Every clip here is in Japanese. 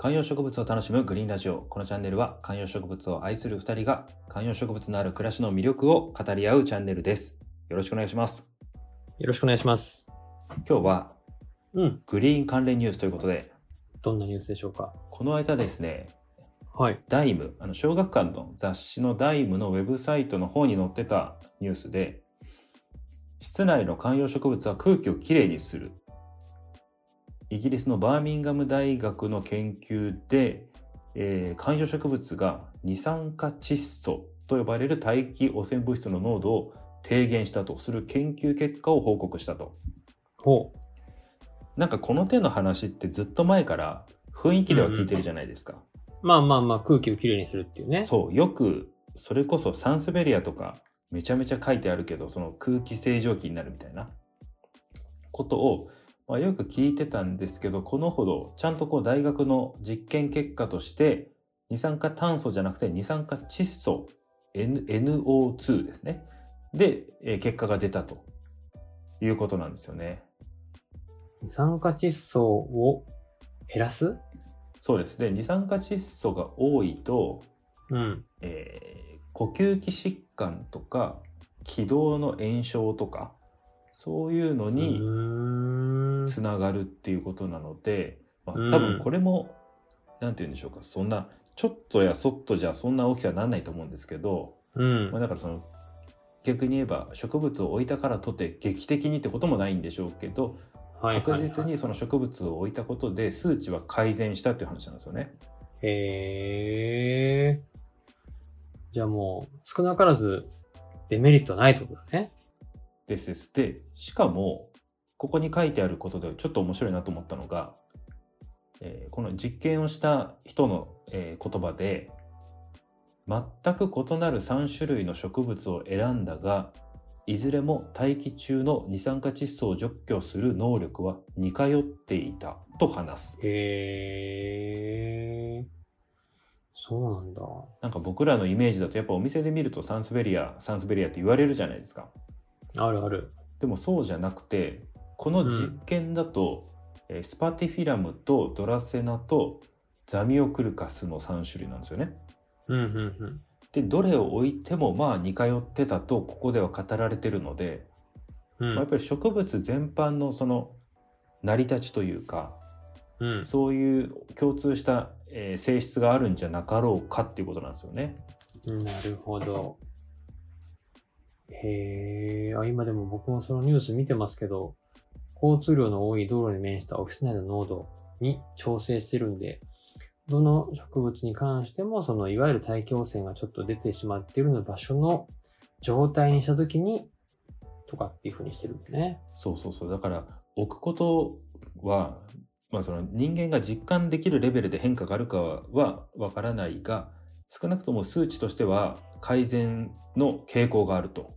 観葉植物を楽しむグリーンラジオ。このチャンネルは観葉植物を愛する2人が観葉植物のある暮らしの魅力を語り合うチャンネルです。よろしくお願いします。 よろしくお願いします。 今日はグリーン関連ニュースということで、 どんなニュースでしょうか。 この間ですね、 はい。 ダイム、小学館の雑誌のダイムのウェブサイトの方に載ってたニュースで、室内の観葉植物は空気をきれいにする。イギリスのバーミンガム大学の研究で、観葉植物が二酸化窒素と呼ばれる大気汚染物質の濃度を低減したとする研究結果を報告したと。 ほう。 なんかこの手の話ってずっと前から雰囲気では聞いてるじゃないですか。 まあ空気をきれいにするっていうね。 そう、よくそれこそサンスベリアとかめちゃめちゃ書いてあるけど、その空気清浄機になるみたいなことをよく聞いてたんですけど、このほどちゃんと大学の実験結果として二酸化炭素じゃなくて二酸化窒素 NO2 ですね。で、結果が出たということなんですよね。 二酸化窒素を減らす？ そうです。で、二酸化窒素が多いと、呼吸器疾患とか気道の炎症とかそういうのにつながるっていうことなので、多分これもなんて言うんでしょうか、そんなちょっとやそっとじゃそんな大きくはなんないと思うんですけど、だからその逆に言えば植物を置いたからとて劇的にってこともないんでしょうけど、確実にその植物を置いたことで数値は改善したっていう話なんですよね。 へー。じゃあもう少なからずデメリットはないってことだね。 で、しかもここに書いてあることでちょっと面白いなと思ったのが、この実験をした人の、言葉で、全く異なる3種類の植物を選んだが、いずれも大気中の二酸化窒素を除去する能力は似通っていたと話す。 へー。そうなんだ。 なんか僕らのイメージだとやっぱお店で見るとサンスベリアって言われるじゃないですか。 あるある。 でもそうじゃなくて、この実験だと、スパティフィラムとドラセナとザミオクルカスの3種類なんですよね。で、どれを置いても似通ってたとここでは語られてるので、やっぱり植物全般のその成り立ちというか、そういう共通した、性質があるんじゃなかろうかっていうことなんですよね。 なるほど。へー。今でも僕もそのニュース見てますけど、交通量の多い道路に面したオフィス内の濃度に調整してるんで、どの植物に関してもそのいわゆる大気汚染がちょっと出てしまっているの場所の状態にしたときにとかっていう風にしてるんだね。 そう。だから置くことは、その人間が実感できるレベルで変化があるかはわからないが、少なくとも数値としては改善の傾向があると。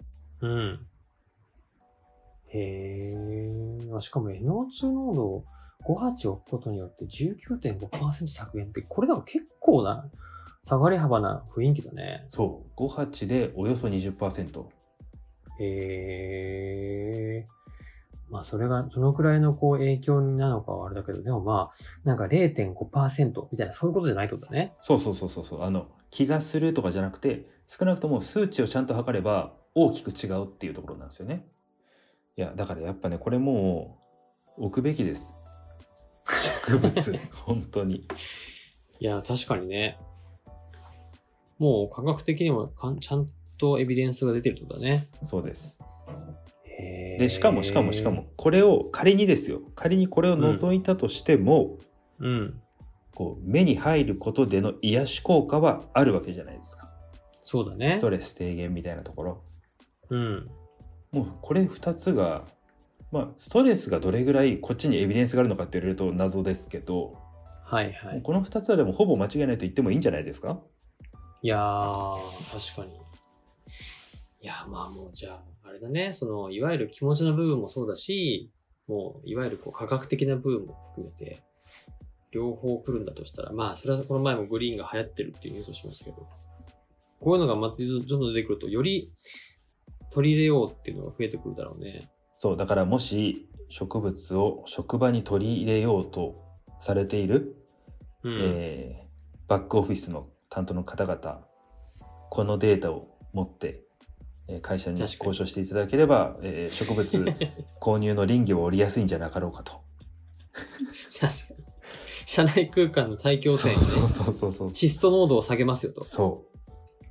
へー。しかも NO2 濃度を5、8置くことによって 19.5% 削減って、これだから結構な下がり幅な雰囲気だね。 そう。5、8でおよそ 20%。 へー。それがどのくらいの影響なのかはあれだけど、でもなんか 0.5% みたいなそういうことじゃないってことだね。 そう。気がするとかじゃなくて、少なくとも数値をちゃんと測れば大きく違うっていうところなんですよね。いや、だからやっぱね、これもう置くべきです。植物、本当に。 いや、確かにね。もう科学的にもちゃんとエビデンスが出てるってことだね。 そうです。で、しかも、これを仮にこれを除いたとしても、目に入ることでの癒し効果はあるわけじゃないですか。 そうだね。 ストレス低減みたいなところ。もうこれ2つが、ストレスがどれぐらいこっちにエビデンスがあるのかって言われると謎ですけど、この2つはでもほぼ間違いないと言ってもいいんじゃないですか？ いやー、確かに。いや、もうじゃあ、あれだね、その、いわゆる気持ちの部分もそうだし、もう、いわゆる科学的な部分も含めて、両方来るんだとしたら、それはこの前もグリーンが流行ってるっていうニュースをしましたけど、こういうのがまたどんどん出てくると、より取り入れようっていうのが増えてくるだろうね。 そう、だからもし植物を職場に取り入れようとされているバックオフィスの担当の方々、このデータを持って会社に交渉していただければ、植物購入の倫理を折りやすいんじゃなかろうかと。 確かに。社内空間の大気汚染、ね、 そう窒素濃度を下げますよと。 そう。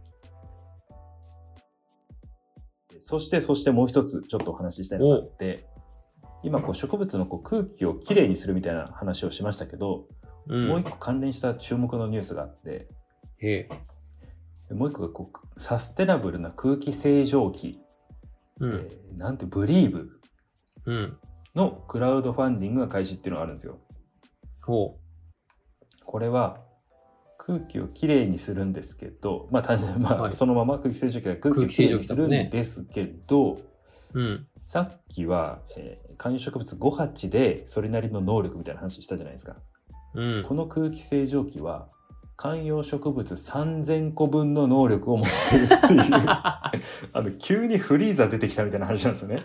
そしてもう一つちょっとお話ししたいのがあって、今こう植物のこう空気をきれいにするみたいな話をしましたけど、もう一個関連した注目のニュースがあって、もう一個がこうサステナブルな空気清浄機、なんてブリーブのクラウドファンディングが開始っていうのがあるんですよ。これは空気をきれいにするんですけど、単純にそのまま空気清浄機が空気をきれいにするんですけど、さっきは、観葉植物5鉢でそれなりの能力みたいな話したじゃないですか。この空気清浄機は観葉植物3000個分の能力を持ってるっていう急にフリーザ出てきたみたいな話なんですよね。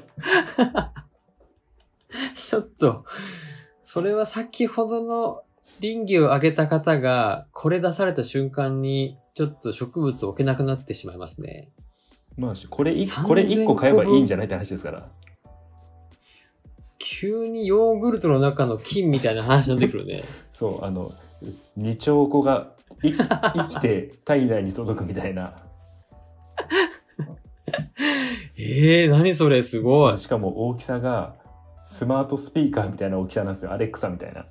ちょっとそれは先ほどの倫理を挙げた方がこれ出された瞬間にちょっと植物を置けなくなってしまいますね。 これ1個買えばいいんじゃないって話ですから。 急にヨーグルトの中の菌みたいな話になってくるね。 そう、2兆個が生きて体内に届くみたいな。 何それ、すごい。 しかも大きさがスマートスピーカーみたいな大きさなんですよ。アレクサみたいな。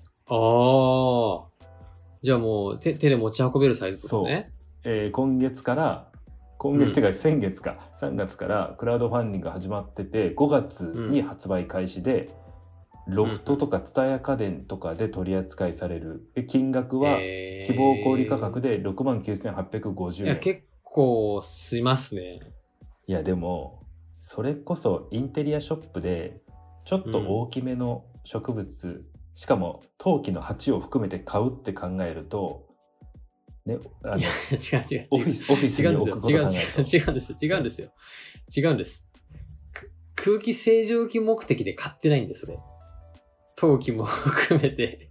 じゃあもう手で持ち運べるサイズですね。 そう。今月っていうか先月か、3月からクラウドファンディングが始まってて、5月に発売開始で、ロフトとか蔦屋家電とかで取り扱いされる。金額は希望小売価格で69,850円。 いや、結構しますね。 いや、でも、それこそインテリアショップで、ちょっと大きめの植物、しかも陶器の鉢を含めて買うって考えると、ね、 違う。 オフィスに置くこと考えると。 違うんです。空気清浄機目的で買ってないんです、それ。陶器も含めて。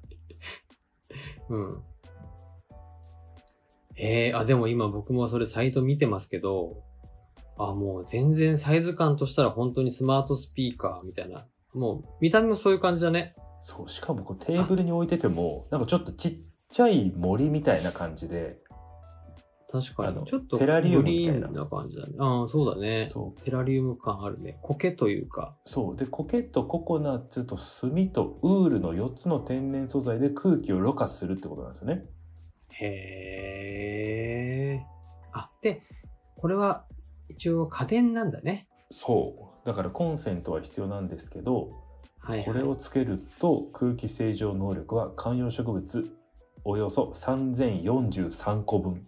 でも今僕もそれサイト見てますけど、もう全然サイズ感としたら本当にスマートスピーカーみたいな。もう見た目もそういう感じだね。 そう、しかもこうテーブルに置いてても、なんかちょっとちっちゃい森みたいな感じで。 確かに。ちょっとテラリウムみたいな感じだね。そうだね。テラリウム感あるね。苔というか。 そう。で、苔とココナッツと炭とウールの4つの天然素材で空気をろ過するってことなんですよね。 で、これは一応家電なんだね。 そう。だからコンセントは必要なんですけど、これをつけると空気清浄能力は観葉植物およそ3043個分。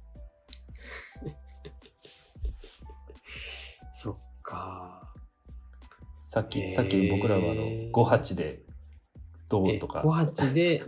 そっか。 さっき僕らは5鉢でどうとか。 5鉢で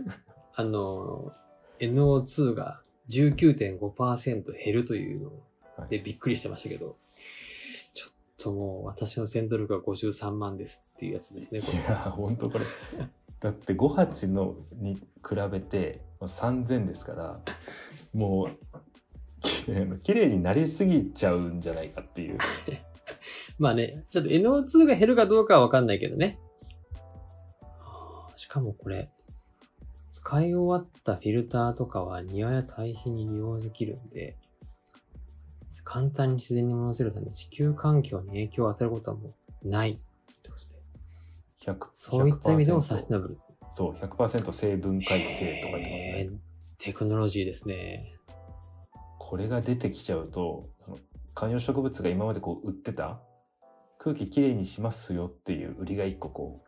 NO2 が 19.5% 減るというのでびっくりしてましたけど、ちょっともう私の戦闘力が53万ですっていうやつですね。 いや本当これだって5鉢のに比べて3000ですから、もう綺麗になりすぎちゃうんじゃないかっていう。 まあね、ちょっと NO2 が減るかどうかは分かんないけどね。しかもこれ使い終わったフィルターとかは庭や堆肥に利用できるんで、簡単に自然に戻せるため地球環境に影響を与えることはもうないってことで、そういった意味でもサステナブル。 そう、100% 生分解性とか言ってますね。 テクノロジーですね。 これが出てきちゃうと、その観葉植物が今までこう売ってた空気きれいにしますよっていう売りが一個こ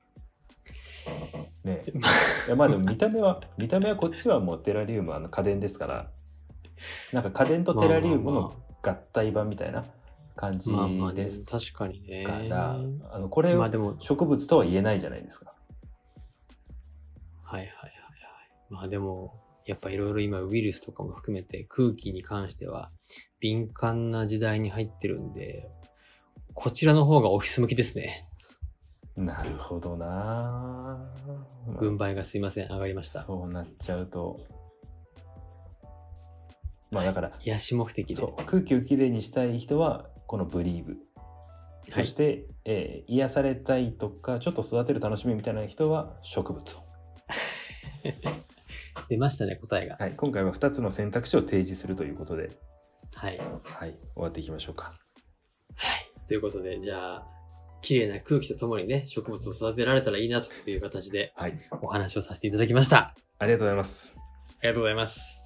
うねえ。いや、まあでも見た目はこっちはもうテラリウム家電ですから、なんか家電とテラリウムの合体版みたいな感じですから、 確かにね。 これを植物とは言えないじゃないですか。 まあでもやっぱいろいろ今ウイルスとかも含めて空気に関しては敏感な時代に入ってるんで、こちらの方がオフィス向きですね。 なるほどな。 軍配がすいません、上がりました。 そうなっちゃうと。まあだから、 癒し目的で。 そう、空気をきれいにしたい人はこのブリーブ。そして、癒されたいとかちょっと育てる楽しみみたいな人は植物を。 出ましたね、答えが。 はい、今回は2つの選択肢を提示するということで、 はい。 はい、終わっていきましょうか。 はい。ということで、じゃあ、綺麗な空気とともにね、植物を育てられたらいいなという形で、 はい、 お話をさせていただきました。 ありがとうございます。 ありがとうございます。